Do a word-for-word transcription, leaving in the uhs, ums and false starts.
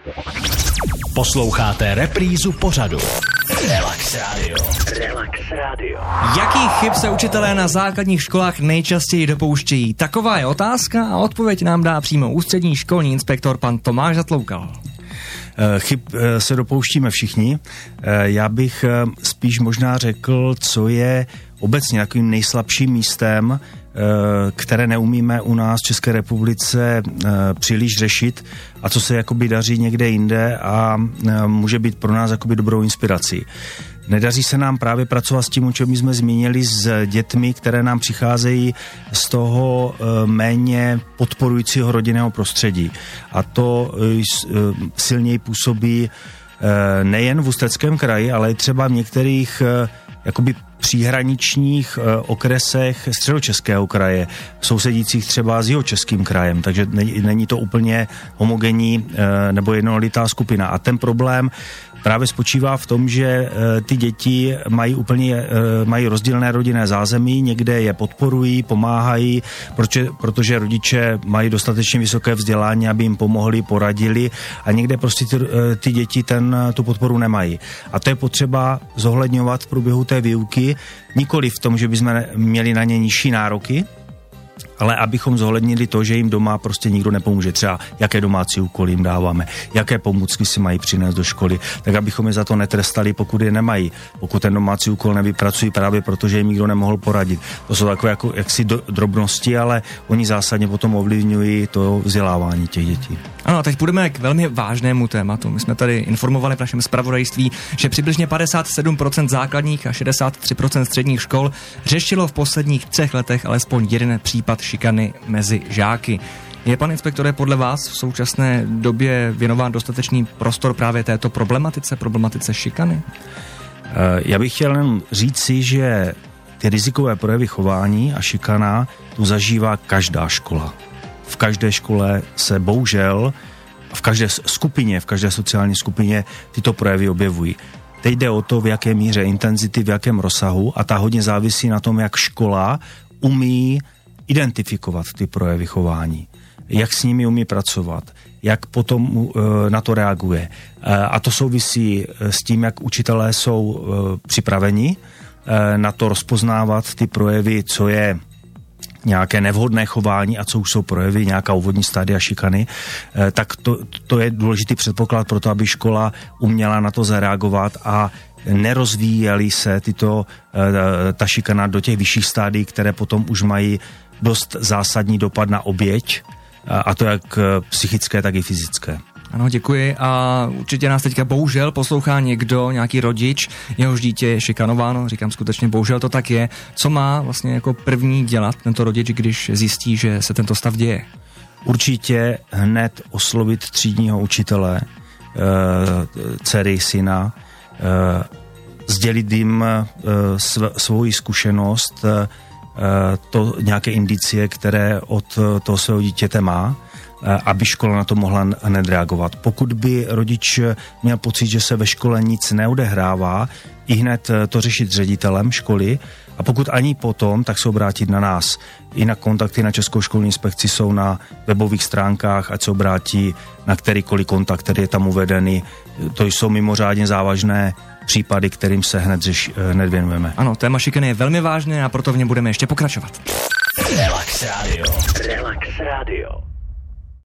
Posloucháte reprízu pořadu Relax Radio. Relax Radio. Jakých chyb se učitelé na základních školách nejčastěji dopouštějí? Taková je otázka a odpověď nám dá přímo ústřední školní inspektor pan Tomáš Zatloukal. Chyb se dopouštíme všichni. Já bych spíš možná řekl, co je obecně takovým nejslabším místem, které neumíme u nás v České republice příliš řešit a co se jakoby daří někde jinde a může být pro nás jakoby dobrou inspirací. Nedaří se nám právě pracovat s tím, o čem jsme zmínili, s dětmi, které nám přicházejí z toho méně podporujícího rodinného prostředí. A to silněji působí nejen v Ústeckém kraji, ale i třeba v některých jakoby příhraničních okresech Středočeského kraje, sousedících třeba s Jihočeským krajem, takže není to úplně homogenní nebo jednolitá skupina. A ten problém právě spočívá v tom, že ty děti mají úplně mají rozdílné rodinné zázemí, někde je podporují, pomáhají, protože, protože rodiče mají dostatečně vysoké vzdělání, aby jim pomohli, poradili a někde prostě ty, ty děti ten, tu podporu nemají. A to je potřeba zohledňovat v průběhu té výuky, nikoli v tom, že bychom měli na ně nižší nároky, ale abychom zohlednili to, že jim doma prostě nikdo nepomůže. Třeba jaké domácí úkoly jim dáváme, jaké pomůcky si mají přinést do školy, tak abychom je za to netrestali, pokud je nemají. Pokud ten domácí úkol nevypracují právě proto, že jim nikdo nemohl poradit. To jsou takové jako jaksi do, drobnosti, ale oni zásadně potom ovlivňují to vzdělávání těch dětí. Ano, teď půjdeme k velmi vážnému tématu. My jsme tady informovali v našem zpravodajství, že přibližně padesát sedm procent základních a šedesát tři procent středních škol řešilo v posledních třech letech alespoň jeden případ šikany mezi žáky. Je, pan inspektore, podle vás v současné době věnován dostatečný prostor právě této problematice, problematice šikany? Já bych chtěl jen říci, že ty rizikové projevy chování a šikana tu zažívá každá škola. V každé škole se bohužel, v každé skupině, v každé sociální skupině tyto projevy objevují. Teď jde o to, v jaké míře intenzity, v jakém rozsahu a ta hodně závisí na tom, jak škola umí identifikovat ty projevy chování, jak s nimi umí pracovat, jak potom e, na to reaguje. E, a to souvisí s tím, jak učitelé jsou e, připraveni e, na to rozpoznávat ty projevy, co je nějaké nevhodné chování a co už jsou projevy, nějaká úvodní stádia šikany, e, tak to, to je důležitý předpoklad pro to, aby škola uměla na to zareagovat a nerozvíjely se tyto, e, ta šikana do těch vyšších stádií, které potom už mají dost zásadní dopad na oběť, a to jak psychické, tak i fyzické. Ano, děkuji a určitě nás teďka bohužel poslouchá někdo, nějaký rodič, jehož dítě je šikanováno, říkám skutečně bohužel to tak je. Co má vlastně jako první dělat tento rodič, když zjistí, že se tento stav děje? Určitě hned oslovit třídního učitele, dcery, syna, sdělit jim svoji zkušenost, to nějaké indicie, které od toho svého dítěte má, aby škola na to mohla hned reagovat. Pokud by rodič měl pocit, že se ve škole nic neodehrává, i hned to řešit s ředitelem školy a pokud ani potom, tak se obrátit na nás. Jinak kontakty na Českou školní inspekci jsou na webových stránkách, ať se obrátí na kterýkoliv kontakt, který je tam uvedený. To jsou mimořádně závažné případy, kterým se hned, řeš, hned věnujeme. Ano, téma šikany je velmi vážné a proto v něm budeme ještě pokračovat. Relax Radio.